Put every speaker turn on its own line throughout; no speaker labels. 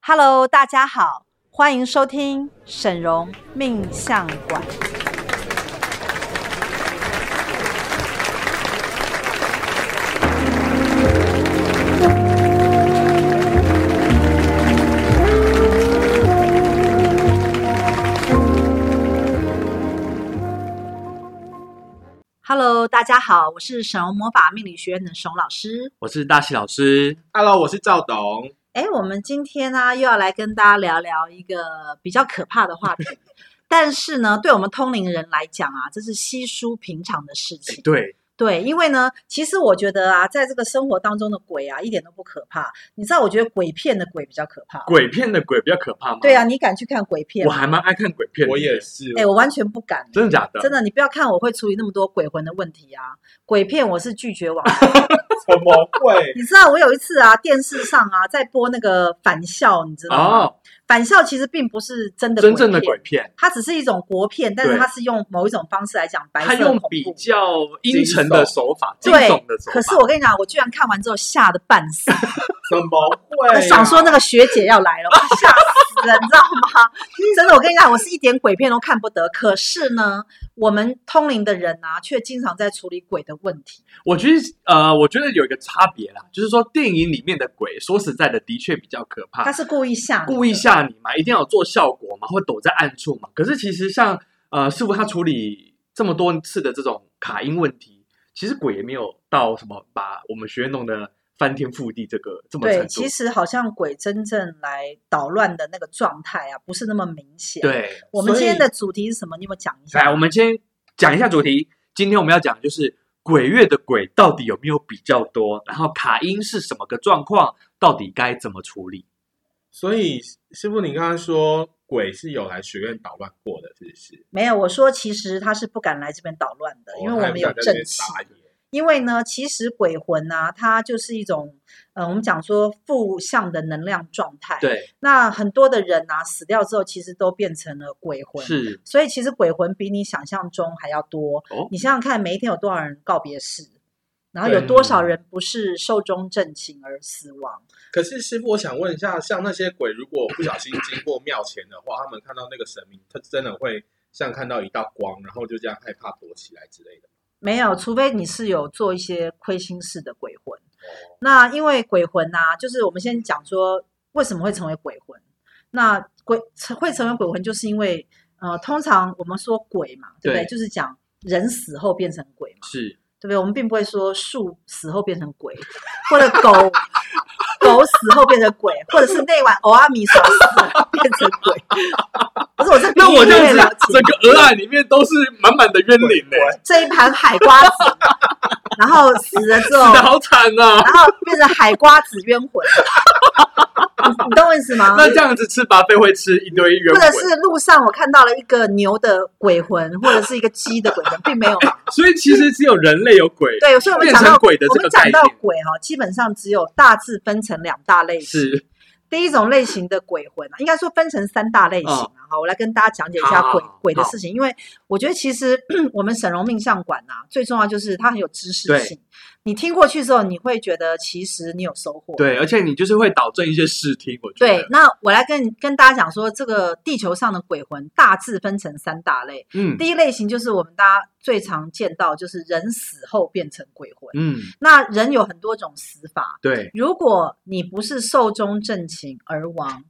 Hello， 大家好，欢迎收听沈荣命相馆。Hello， 大家好，我是沈荣魔法命理学院的沈荣老师，
我是大喜老师。
Hello， 我是赵董。
我们今天呢又要来跟大家聊聊一个比较可怕的话题，但是呢，对我们通灵人来讲啊，这是稀疏平常的事情。对，因为呢，其实我觉得啊，在这个生活当中的鬼啊，一点都不可怕。你知道，我觉得鬼片的鬼比较可怕。
鬼片的鬼比较可怕吗？
对啊，你敢去看鬼片吗？
我还蛮爱看鬼片的。
我也是。
我完全不敢。
真的假的？
真的，你不要看我会处理那么多鬼魂的问题啊，鬼片我是拒绝往来。
怎么会？
你知道我有一次啊，电视上啊在播那个返校，你知道吗？返校其实并不是真正的鬼片，它只是一种国片，但是它是用某一种方式来讲白色恐怖，
它用比较阴沉的手法，惊
对
悚的手法。
可是我跟你讲，我居然看完之后吓得半死。
怎么会？
我想说那个学姐要来了，我吓死了，你知道吗？真的，我跟你讲，我是一点鬼片都看不得。可是呢，我们通灵的人啊，却经常在处理鬼的问题。
我觉得有一个差别啦，就是说电影里面的鬼，说实在的，的确比较可怕。
他是故意吓
你嘛，一定要有做效果嘛，或躲在暗处嘛。可是其实像师傅他处理这么多次的这种卡音问题，其实鬼也没有到什么把我们学院弄得翻天覆地这么程度。
对，其实好像鬼真正来捣乱的那个状态啊，不是那么明显。
对，
我们今天的主题是什么？你有没有讲一下？
来，我们先讲一下主题。今天我们要讲的就是鬼月的鬼到底有没有比较多，然后卡音是什么个状况，到底该怎么处理。
所以师傅，你刚刚说鬼是有来学院捣乱过的，是不是？
没有，我说其实他是不敢来这边捣乱的，因为我们有正气。因为呢，其实鬼魂啊，它就是一种我们讲说负向的能量状态。
对。
那很多的人啊，死掉之后，其实都变成了鬼魂。
是。
所以其实鬼魂比你想象中还要多。你想想看，每一天有多少人告别式，然后有多少人不是寿终正寝而死亡。
可是师傅，我想问一下，像那些鬼如果不小心经过庙前的话，他们看到那个神明，他真的会像看到一道光，然后就这样害怕躲起来之类的？
没有，除非你是有做一些亏心事的鬼魂。那因为鬼魂啊，就是我们先讲说为什么会成为鬼魂。那会成为鬼魂，就是因为通常我们说鬼嘛，对不对？就是讲人死后变成鬼嘛，
是，
对不对？我们并不会说树死后变成鬼，或者狗死后变成鬼，或者是那碗蚵仔米烧死了变成鬼。不是我这
那我这样子，整个鹅仔里面都是满满的冤灵呢。
这一盘海瓜子，然后死了之后，
死得好惨啊！
然后变成海瓜子冤魂。你懂我意思吗？
那这样子吃buffet会吃一堆冤魂，
或者是路上我看到了一个牛的鬼魂，或者是一个鸡的鬼魂，并没有。
所以其实只有人类有鬼，
对，所以我们
变成鬼的这个概念。
我们讲到鬼基本上只有大致分成两大类型。
是。
第一种类型的鬼魂应该说分成三大类型好，我来跟大家讲解一下鬼的事情。因为我觉得其实我们沈荣命相馆最重要就是它很有知识性。你听过去之后，你会觉得其实你有收获。
对，而且你就是会导正一些视听。我觉得
对，那我来跟大家讲说，这个地球上的鬼魂大致分成三大类。第一类型就是我们大家最常见到，就是人死后变成鬼魂。那人有很多种死法。
对，
如果你不是寿终正寝而亡，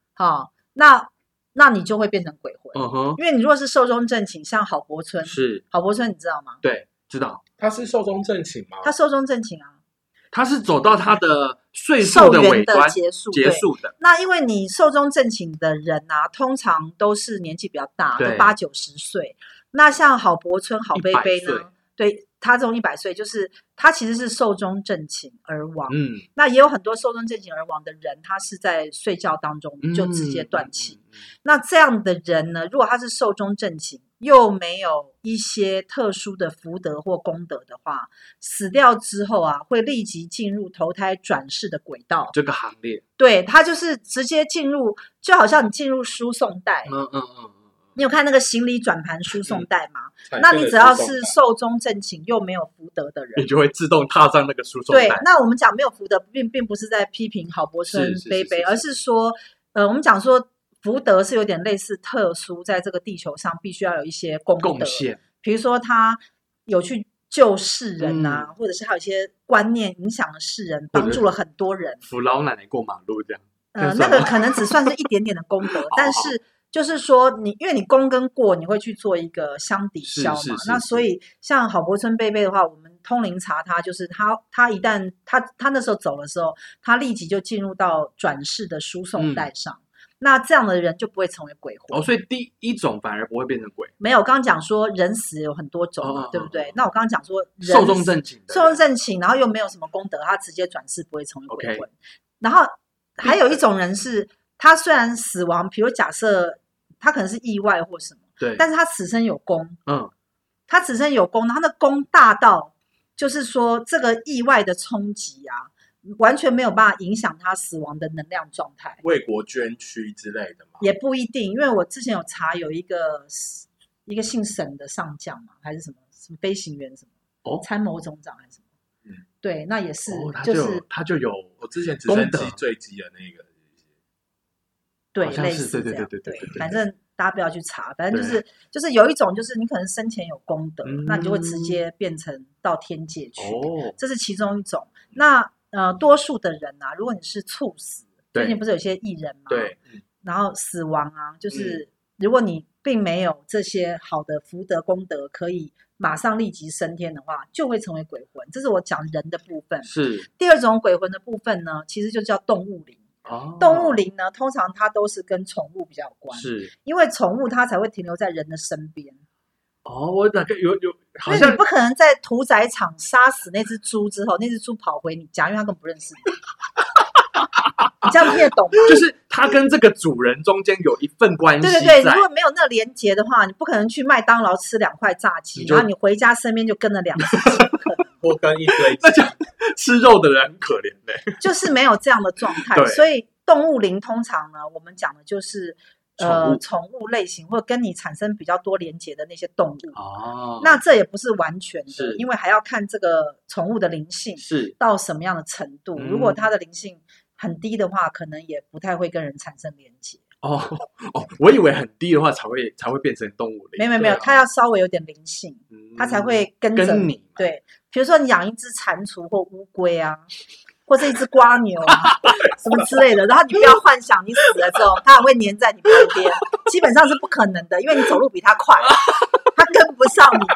那你就会变成鬼魂。因为你如果是寿终正寝，像郝柏村，郝柏村你知道吗？
对，知道。
他是寿终正寝吗？
他寿终正寝啊，
他是走到他的岁数的尾端
结束的。那因为你寿终正寝的人通常都是年纪比较大，都80-90岁。那像郝柏村、郝贝贝呢？对，他这种100岁，就是他其实是寿终正寝而亡。那也有很多寿终正寝而亡的人，他是在睡觉当中就直接断气。那这样的人呢，如果他是寿终正寝，又没有一些特殊的福德或功德的话，死掉之后会立即进入投胎转世的轨道
这个行列。
对，他就是直接进入，就好像你进入输送带。你有看那个行李转盘输送带吗？那你只要是寿终正寝又没有福德的人，
你就会自动踏上那个输送带。
对，那我们讲没有福德，并不是在批评郝柏村、贝贝，而是说我们讲说福德是有点类似特殊，在这个地球上必须要有一些功德，
贡献，
比如说他有去救世人啊，或者是还有一些观念影响了世人，帮助了很多人，
扶老奶奶过马路这样。
那个可能只算是一点点的功德，但是就是说因为你功跟过，你会去做一个相抵消嘛。那所以像郝柏村贝贝的话，我们通灵查他，就是他一旦他那时候走的时候，他立即就进入到转世的输送带上。那这样的人就不会成为鬼魂
所以第一种反而不会变成鬼。
没有，我刚刚讲说人死有很多种嘛，对不对？那我刚刚讲说
寿终正寝，
然后又没有什么功德，他直接转世不会成为鬼魂。然后还有一种人是，他虽然死亡，比如假设他可能是意外或什么，
对，
但是他此生有功，他此生有功，他的功大到就是说这个意外的冲击啊，完全没有办法影响他死亡的能量状态，
为国捐躯之类的吗？
也不一定，因为我之前有查，有一个姓沈的上将嘛，还是什么飞行员什么，参谋总长还是什么，对，那也是，就是
他就有
我之前直升机坠机的那个，
对，类似这样，对，反正大家不要去查，反正就是有一种就是你可能生前有功德，那你就会直接变成到天界去，这是其中一种。那多数的人啊，如果你是猝死，最近不是有些艺人嘛，
对，
然后死亡啊，就是如果你并没有这些好的福德功德，可以马上立即升天的话，就会成为鬼魂。这是我讲人的部分。
是
第二种鬼魂的部分呢，其实就叫动物灵。动物灵呢，通常它都是跟宠物比较有关，
是
因为宠物它才会停留在人的身边。
我大概有，好像
因为你不可能在屠宰场杀死那只猪之后，那只猪跑回你家，因为它根本不认识你。你这样听得懂吗？
就是它跟这个主人中间有一份关系。
对，如果没有那连结的话，你不可能去麦当劳吃2块炸鸡，然后你回家身边就跟了2只鸡，不可能。
或跟一堆
那讲吃肉的人很可怜的，
就是没有这样的状态。所以动物灵通常呢，我们讲的就是宠物类型或者跟你产生比较多连结的那些动物。那这也不是完全的，因为还要看这个宠物的灵性是到什么样的程度。如果它的灵性很低的话，可能也不太会跟人产生连结。
我以为很低的话才会变成动物灵。
没有，它要稍微有点灵性，它才会跟着
你。
对，比如说你养一只蟾蜍或乌龟啊，或是一只瓜牛啊，什么之类的，然后你不要幻想你死了之后，它还会黏在你旁边，基本上是不可能的，因为你走路比它快，它跟不上你，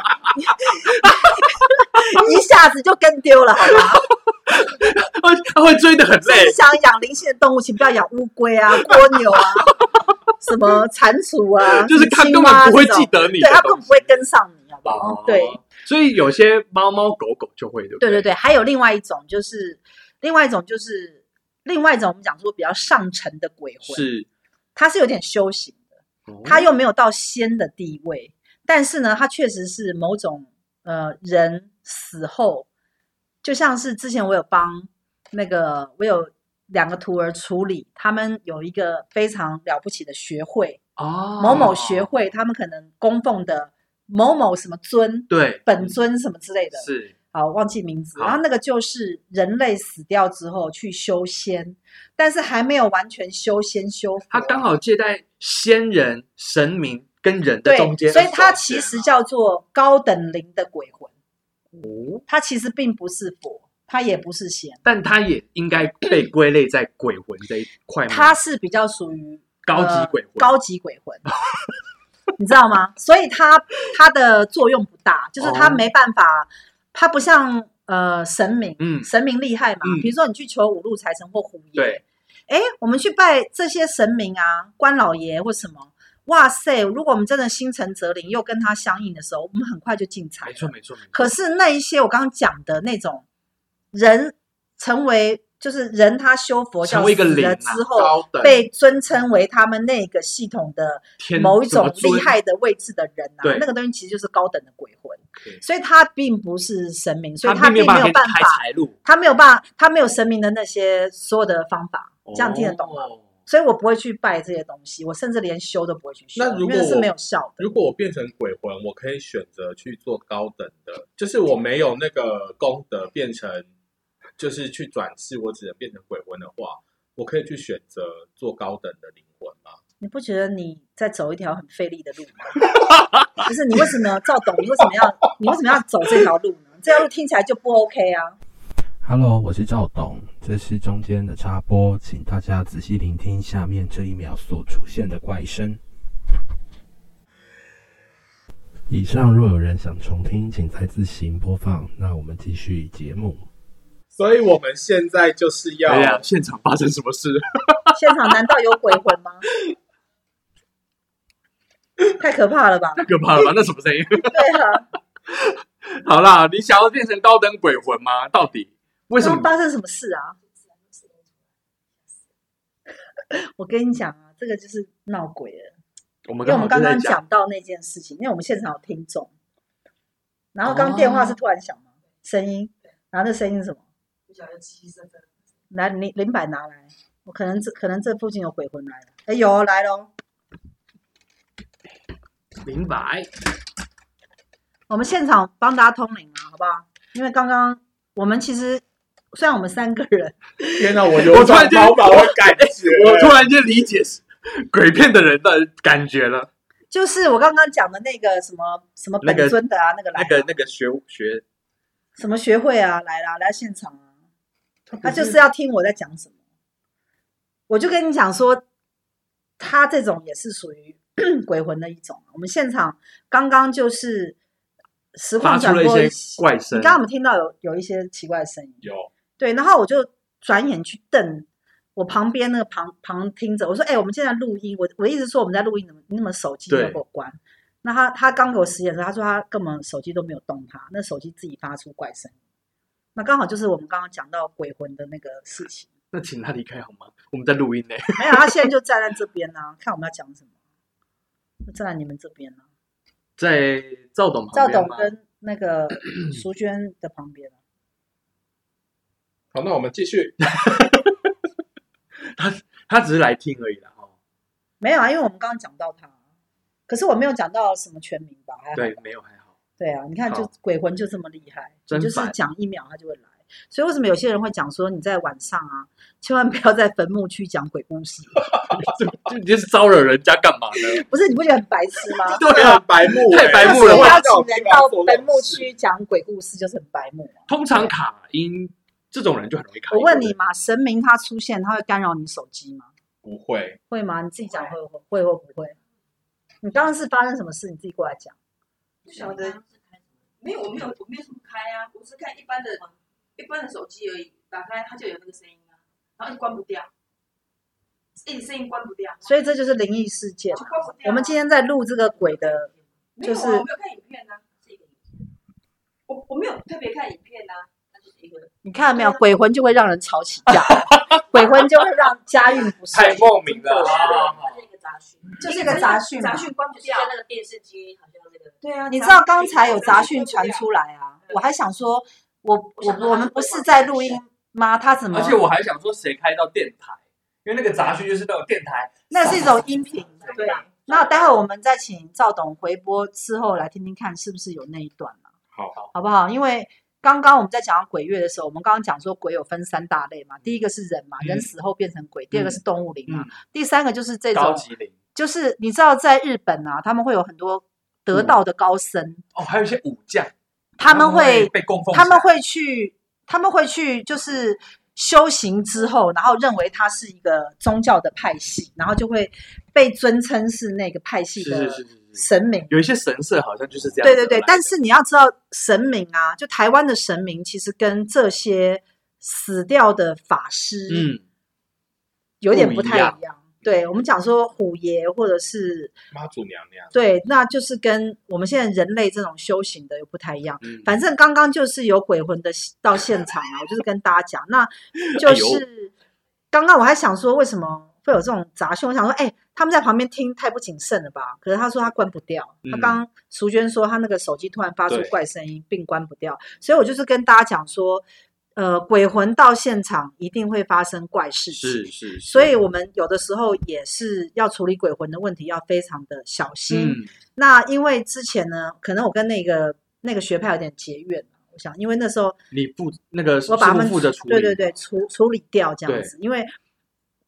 一下子就跟丢了，好吗？
它会追得很累。
你想养灵性的动物，请不要养乌龟啊、蜗牛啊、什么蟾蜍啊，
就是它根本不会记得你，
对，它根本不会跟上你，好不好？对，
所以有些猫猫狗狗就会，
对，还有另外一种就是另外一种我们讲说比较上层的鬼魂，是它是有点修行的，它又没有到仙的地位，但是呢，它确实是某种人死后，就像是之前我有帮我有2个徒儿处理，他们有一个非常了不起的学会某某学会，他们可能供奉的某某什么尊，
对，
本尊什么之类的，
是。
好，忘记名字。然后那个就是人类死掉之后去修仙，但是还没有完全修仙修佛，
他刚好介在仙人、神明跟人的中间，
所以它其实叫做高等灵的鬼魂。它其实并不是佛，它也不是仙，
但它也应该被归类在鬼魂这一块吗？
它是比较属于
高级鬼魂，
高级鬼魂。你知道吗？所以它的作用不大，就是它没办法。它不像神明，神明厉害嘛。比如说你去求五路财神或虎爷，对，我们去拜这些神明啊，关老爷或什么，哇塞！如果我们真的心诚则灵，又跟他相应的时候，我们很快就进财。
没错。
可是那一些我刚刚讲的那种人，成为就是人，他修佛教死了之后，被尊称为他们那个系统的某一种厉害的位置的人啊，那个东西其实就是高等的鬼魂。所以他并不是神明，所以他并没有办法，他没有办法，他没有神明的那些所有的方法，这样听得懂吗？所以我不会去拜这些东西，我甚至连修都不会去修，
那如果
因为是没有效的。
如果我变成鬼魂，我可以选择去做高等的，就是我没有那个功德变成，就是去转世，我只能变成鬼魂的话， 我可以去选择做高等的灵魂吗？
你不觉得你在走一条很费力的路吗？就是你为什么赵董，你为什么要走这条路呢？这条路听起来就不 OK 啊。
Hello， 我是赵董，这是中间的插播，请大家仔细聆听下面这一秒所出现的怪声。以上若有人想重听，请再自行播放。那我们继续节目。
所以我们现在就是要，
哎呀，现场发生什么事？
现场难道有鬼魂吗？太可怕了吧！
太可怕了吧？那什么声音？
对啊。
好啦，你想要变成高等鬼魂吗？到底为什么？
发生什么事啊？我跟你讲啊，这个就是闹鬼了。因为我们刚刚讲到那件事情，因为我们现场有听众，然后刚电话是突然响嘛，声音，然后那声音是什么？不晓得来0百拿来，我可能这附近有鬼魂来了。哎，有来咯。
000，
我们现场帮大家通灵啊，好不好？因为刚刚我们其实虽然我们3个人，
天哪，我有种毛毛的感觉，
我突然间理解鬼片的人的感觉了。
就是我刚刚讲的那个什么本尊的啊，那个
学
什么学会啊，来现场啊，他就是要听我在讲什么。我就跟你讲说，他这种也是属于鬼魂的一种。我们现场刚刚就是实况转播
发出了一些怪声，
你刚刚有没有听到有一些奇怪的声音？
有。
对，然后我就转眼去瞪我旁边那个旁听者，我说：“我们现在录音，我一直说我们在录音，你怎么手机没有给我关？”那他刚给我实验的时候，他说他根本手机都没有动它，那手机自己发出怪声。那刚好就是我们刚刚讲到鬼魂的那个事情。
那请他离开好吗？我们在录音呢。
没有，他现在就站在这边啊，看我们要讲什么。站在你们这边啊，
在赵董旁边，
赵董跟那个淑娟的旁边。
好，那我们继续。
他只是来听而已啦。
没有啊，因为我们刚刚讲到他，可是我没有讲到什么全名吧？还好吧？
对，没有还好。
对啊，你看，就鬼魂就这么厉害，你就是讲1秒他就会来。所以为什么有些人会讲说你在晚上啊，千万不要在坟墓区讲鬼故事？
你这是招惹人家干嘛呢？
不是，你不觉得很白痴吗？
对啊，很白目，
太白目了。
邀请人到坟墓区讲鬼故事就是很白目。
通常卡音这种人就很容易卡音。
我问你嘛，神明他出现，他会干扰你手机吗？
不会。
会吗？你自己讲会或不会？你刚刚是发生什么事？你自己过来讲。
不晓得。没有，我没有什么开啊，我是看一般的手机而已，打开它就有那个声音啊，然后就关不掉，一直声音关不掉，
所以这就是灵异事件。我们今天在录这个鬼的，就是
我没有看影片啊，是一个影片，我没有特别看影片啊，那就是一个。
你看没有，鬼魂就会让人吵起架，鬼魂就会让家运不顺，
太莫名了。
它是一个杂讯，
就是一个杂讯，
杂讯关不掉，那个电视机好像那个。对啊，
你知道刚才有杂讯传出来啊，我还想说。我们不是在录音吗？他怎么？
而且我还想说，谁开到电台？因为那个杂讯就是那种电台，
那是一种音频。对，那待会我们再请赵董回播之后来听听看，是不是有那一段啊？好不好？因为刚刚我们在讲鬼月的时候，我们刚刚讲说鬼有分3大类嘛，第一个是人嘛，人死后变成鬼；第二个是动物灵嘛，第三个就是这种
高级灵，
就是你知道在日本啊，他们会有很多得道的高僧
还有一些武将。
他们会
被供奉，
他们会去，就是修行之后，然后认为他是一个宗教的派系，然后就会被尊称是那个派系的神明。
有一些神社好像就是这样。
对，但是你要知道，神明啊，就台湾的神明，其实跟这些死掉的法师，有点不太一样。对，我们讲说虎爷或者是
妈祖娘娘，
对，那就是跟我们现在人类这种修行的又不太一样。反正刚刚就是有鬼魂的到现场啊，我就是跟大家讲，那就是刚刚我还想说为什么会有这种杂讯，我想说他们在旁边听太不谨慎了吧？可是他说他关不掉，他刚刚淑娟说他那个手机突然发出怪声音并关不掉，所以我就是跟大家讲说。鬼魂到现场一定会发生怪事情，是，所以我们有的时候也是要处理鬼魂的问题，要非常的小心。那因为之前呢，可能我跟那个学派有点结怨，我想，因为那时候
我把他们
负责处理，对处理掉这样子，因为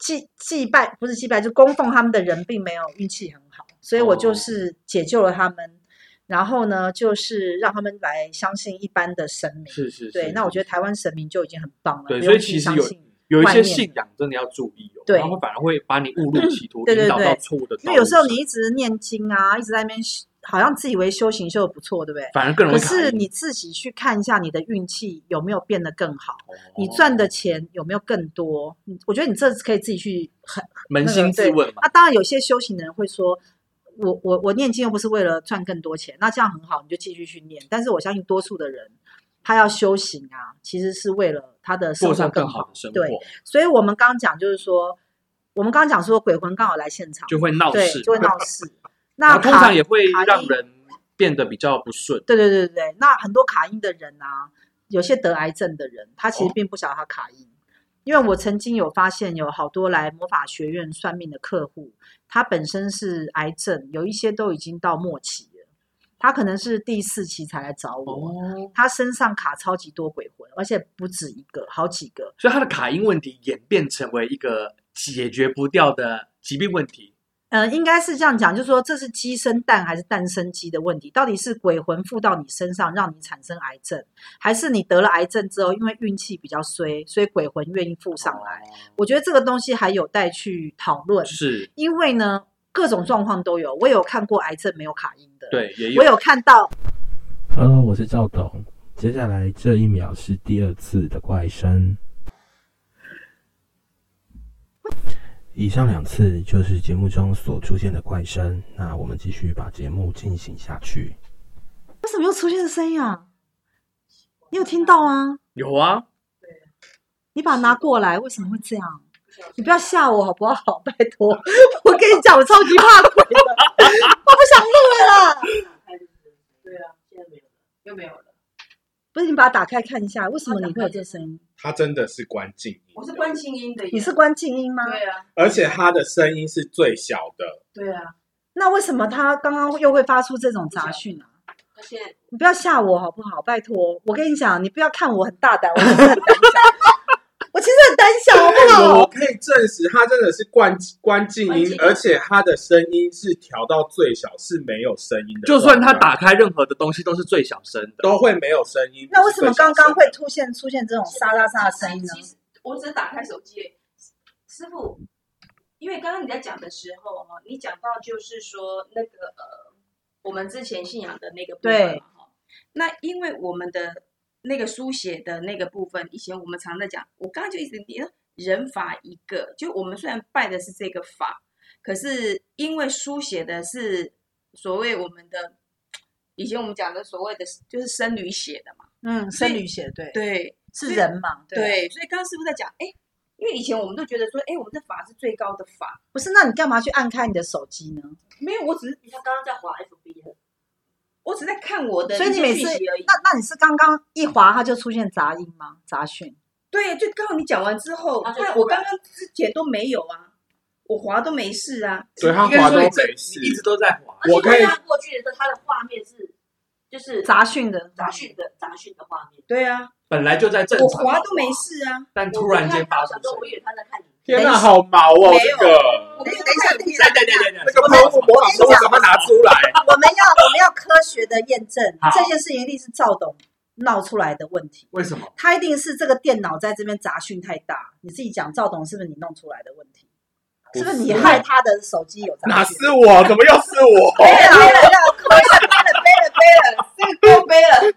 祭拜不是祭拜，就供奉他们的人并没有运气很好，所以我就是解救了他们，然后呢，就是让他们来相信一般的神明。
是，
对，那我觉得台湾神明就已经很棒了。
对，所以其实有一些信仰真的要注意哦，
对，
然后反而会把你误入歧途，引导到错误的道路。
因为有时候你一直念经啊，一直在那边好像自以为修行修得不错，对不对？
反而更容易。
可是你自己去看一下你的运气有没有变得更好，你赚的钱有没有更多？我觉得你这可以自己去
扪心自问嘛。
当然有些修行的人会说，我念经又不是为了赚更多钱，那这样很好，你就继续去念。但是我相信多数的人，他要修行啊，其实是为了他的生活
更好的生活。
对，所以我们刚刚讲就是说，鬼魂刚好来现场，
就会闹事，
就会闹事。那
通常也会让人变得比较不顺。
对，那很多卡阴的人啊，有些得癌症的人，他其实并不晓得他卡阴。因为我曾经有发现有好多来魔法学院算命的客户，他本身是癌症，有一些都已经到末期了，他可能是第4期才来找我，他身上卡超级多鬼魂，而且不止一个，好几个，
所以他的卡阴问题演变成为一个解决不掉的疾病问题。
应该是这样讲，就是说这是鸡生蛋还是蛋生鸡的问题，到底是鬼魂附到你身上让你产生癌症，还是你得了癌症之后因为运气比较衰，所以鬼魂愿意附上来。我觉得这个东西还有待去讨论，
是
因为呢各种状况都有，我有看过癌症没有卡阴的，
对，也有，
我有看到。
Hello， 我是赵董，接下来这1秒是第2次的怪声。以上2次就是节目中所出现的怪声，那我们继续把节目进行下去。
为什么又出现声音啊？你有听到吗？
有啊。
你把它拿过来，为什么会这样？你不要吓我好不好？拜托，我跟你讲，我超级怕鬼的，我不想录了啦。
对啊，现在没有了，又没有了。
不是，你把它打开看一下，为什么你会有这声音？
它真的是关静音，
我是关静音的。
你是关静音吗？
对啊。
而且它的声音是最小的。
对啊。
那为什么他刚刚又会发出这种杂讯啊？
他现在
你不要吓我好不好？拜托，我跟你讲，你不要看我很大胆，我其实很胆小。我其实很胆小，好不好？
我可以证实，它真的是关静音，而且它的声音是调到最小，是没有声音的。
就算它打开任何的东西，都是最小声的，
都会没有声音。
那为什么刚刚会出现这种沙沙沙的声音呢？
其实我只是打开手机，师傅，因为刚刚你在讲的时候哈，你讲到就是说那个我们之前信仰的那个部分嘛哈，那因为我们的那个书写的那个部分，以前我们常在讲，我刚刚就一直提人法一个，就我们虽然拜的是这个法，可是因为书写的是所谓我们的以前我们讲的所谓的就是僧侣写的嘛，
僧侣写对，是人嘛，
对，所以刚刚师父在讲，因为以前我们都觉得说，我们的法是最高的法，
不是？那你干嘛去按开你的手机呢？
没有，我只是
他刚刚在滑 FB 的。
我只在看我的，
所以你每次那你是刚刚一滑它就出现杂音吗？杂讯？
对，就刚好你讲完之后，我刚刚之前都没有啊，我滑都没事啊。
对，他滑都没事，
一直都在滑。
我可以看过去的时候，他的画面是就是
杂讯的
画面。
对啊，
本来就在正常，
我滑都没事啊，
但突然间发生，
我以为他在看你。
天哪，好毛哦！这个，
等一下，
那个模仿生物怎么拿出来？
我们要科学的验证这件事情，一定是赵董闹出来的问题。
为什么？
他一定是这个电脑在这边杂讯太大。你自己讲，赵董是不是你弄出来的问题？是不是你害他的手机有杂讯？
哪是我？怎么又是我？
背了，这个都背了。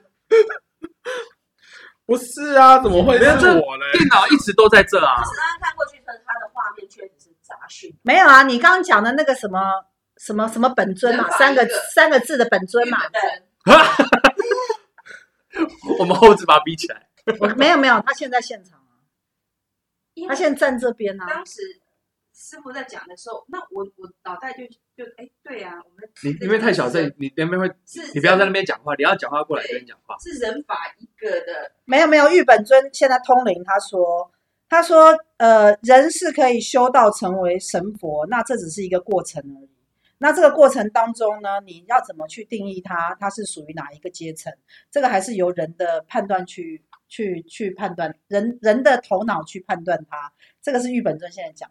不是啊，怎么会是我呢？
电脑一直都在这啊。
可是刚刚看过去的他的画面确实是杂讯。
没有啊，你刚刚讲的那个什么本尊嘛，三个字的本尊嘛。
我们后置把它比起来。
没有，他现在现场啊，他现在站这边啊。
当时师傅在讲的时候，那我脑袋就对啊，我们
你因为太小声，你那边会，你不要在那边讲话，你要讲话过来跟你讲话。
是人法一个的，
没有，玉本尊现在通灵，他说人是可以修道成为神佛，那这只是一个过程而已。那这个过程当中呢，你要怎么去定义它是属于哪一个阶层？这个还是由人的判断去判断，人的头脑去判断它。这个是玉本尊现在讲的啦。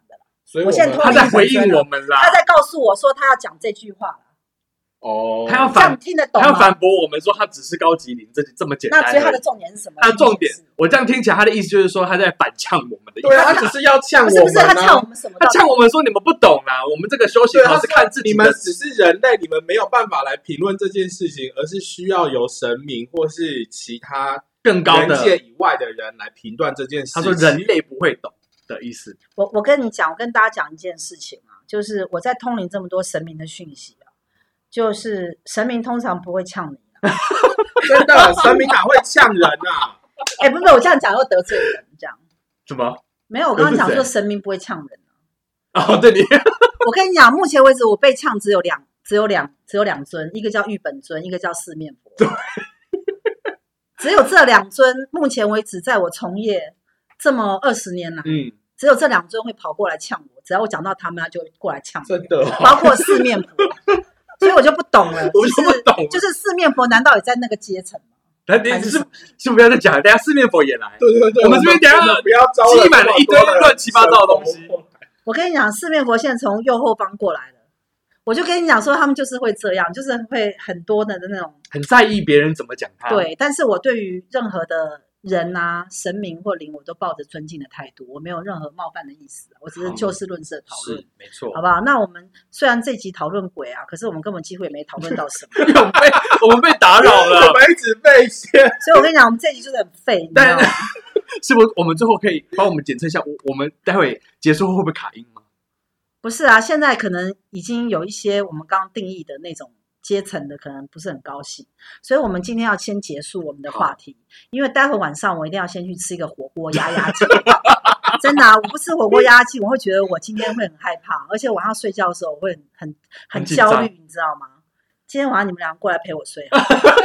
所以
我现在
他在回应我们啦，
他在告诉我说他要讲这句话了。
哦，
他要
这样听得懂吗？
他要反驳我们说他只是高级零，这么简单。
那所以他的重点是什么？
他的重点，我这样听起来，他的意思就是说他在反呛我们的意思。
对啊，他只是要呛我们、啊，
不是他呛我们什么？
他呛我们说你们不懂啦，我们这个修行是看自己的。
你们只是人类，你们没有办法来评论这件事情，而是需要由神明或是其他
更高的
人界以外的人来评断这件事情。
他说人类不会懂的意思。
我跟你讲，我跟大家讲一件事情啊，就是我在通灵这么多神明的讯息啊，就是神明通常不会呛你啊。
真的，神明哪会呛人啊？
哎，不是，我这样讲又得罪人，这样
什么？
没有，我刚刚讲说神明不会呛人
啊。哦，对你，
我跟你讲，目前为止我被呛只有两尊，一个叫玉本尊，一个叫四面佛。只有这2尊，目前为止在我从业这么20年来，只有这2尊会跑过来呛我。只要我讲到他们，他就过来呛我。
真的、哦，
包括四面佛。所以我就不懂了，
我就不懂，
就是四面佛难道也在那个阶层吗？
是不要再讲了，等下四面佛也来。
对，
我们这边等下
不要招
积满了一堆乱七八糟的东西。
我跟你讲，四面佛现在从右后方过来了，我就跟你讲说，他们就是会这样，就是会很多的那种
很在意别人怎么讲他。
对，但是我对于任何的人啊、神明或灵，我都抱着尊敬的态度，我没有任何冒犯的意思，我只是就事论事的讨论，
是没错，
好不好？那我们虽然这集讨论鬼啊，可是我们根本几乎也没讨论到什么，
我们被打扰了，
我们一直被骗，
所以我跟你讲，我们这集就是很废，你知道吗？
是不是？我们最后可以帮我们检测一下，我们待会结束后会不会卡音吗？
不是啊，现在可能已经有一些我们刚刚定义的那种阶层的可能不是很高兴，所以我们今天要先结束我们的话题，因为待会晚上我一定要先去吃一个火锅压压惊。真的啊，我不吃火锅压压惊，我会觉得我今天会很害怕，而且晚上睡觉的时候我会很焦虑，你知道吗？今天晚上你们两个过来陪我睡好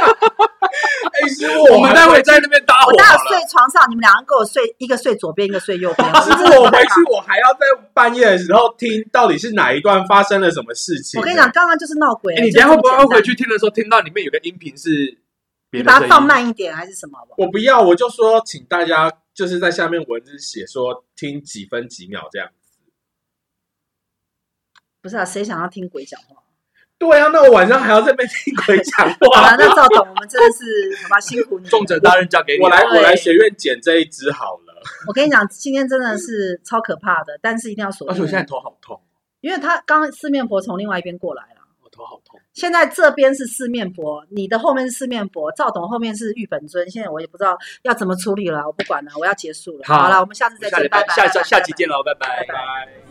我们待会在那边搭伙好了。
我待会睡床上，你们两个跟我睡，一个睡左边，一个睡右边。
师傅，我回去我还要在半夜的时候听到底是哪一段发生了什么事情。
我跟你讲，刚刚就是闹鬼。
你等一下会不会回去听的时候听到里面有个音频是别的声音？
你把它放慢一点还是什么？
我不要，我就说请大家就是在下面文字写说听几分几秒这样子。
不是啊，谁想要听鬼讲话？
对啊，那我晚上还要在那边听鬼讲话。
好了，那赵董，我们真的是好吧，辛苦你。
重责大任交给你，
我来学院捡这一只好了。
我跟你讲，今天真的是超可怕的，但是一定要锁定。
而且我现在头好痛，
因为他刚刚四面佛从另外一边过来了，
我头好痛。
现在这边是四面佛，你的后面是四面佛，赵董后面是玉本尊。现在我也不知道要怎么处理了，我不管了，我要结束了。好了，我们下次再见，拜拜。
下集见了，拜拜。
拜拜。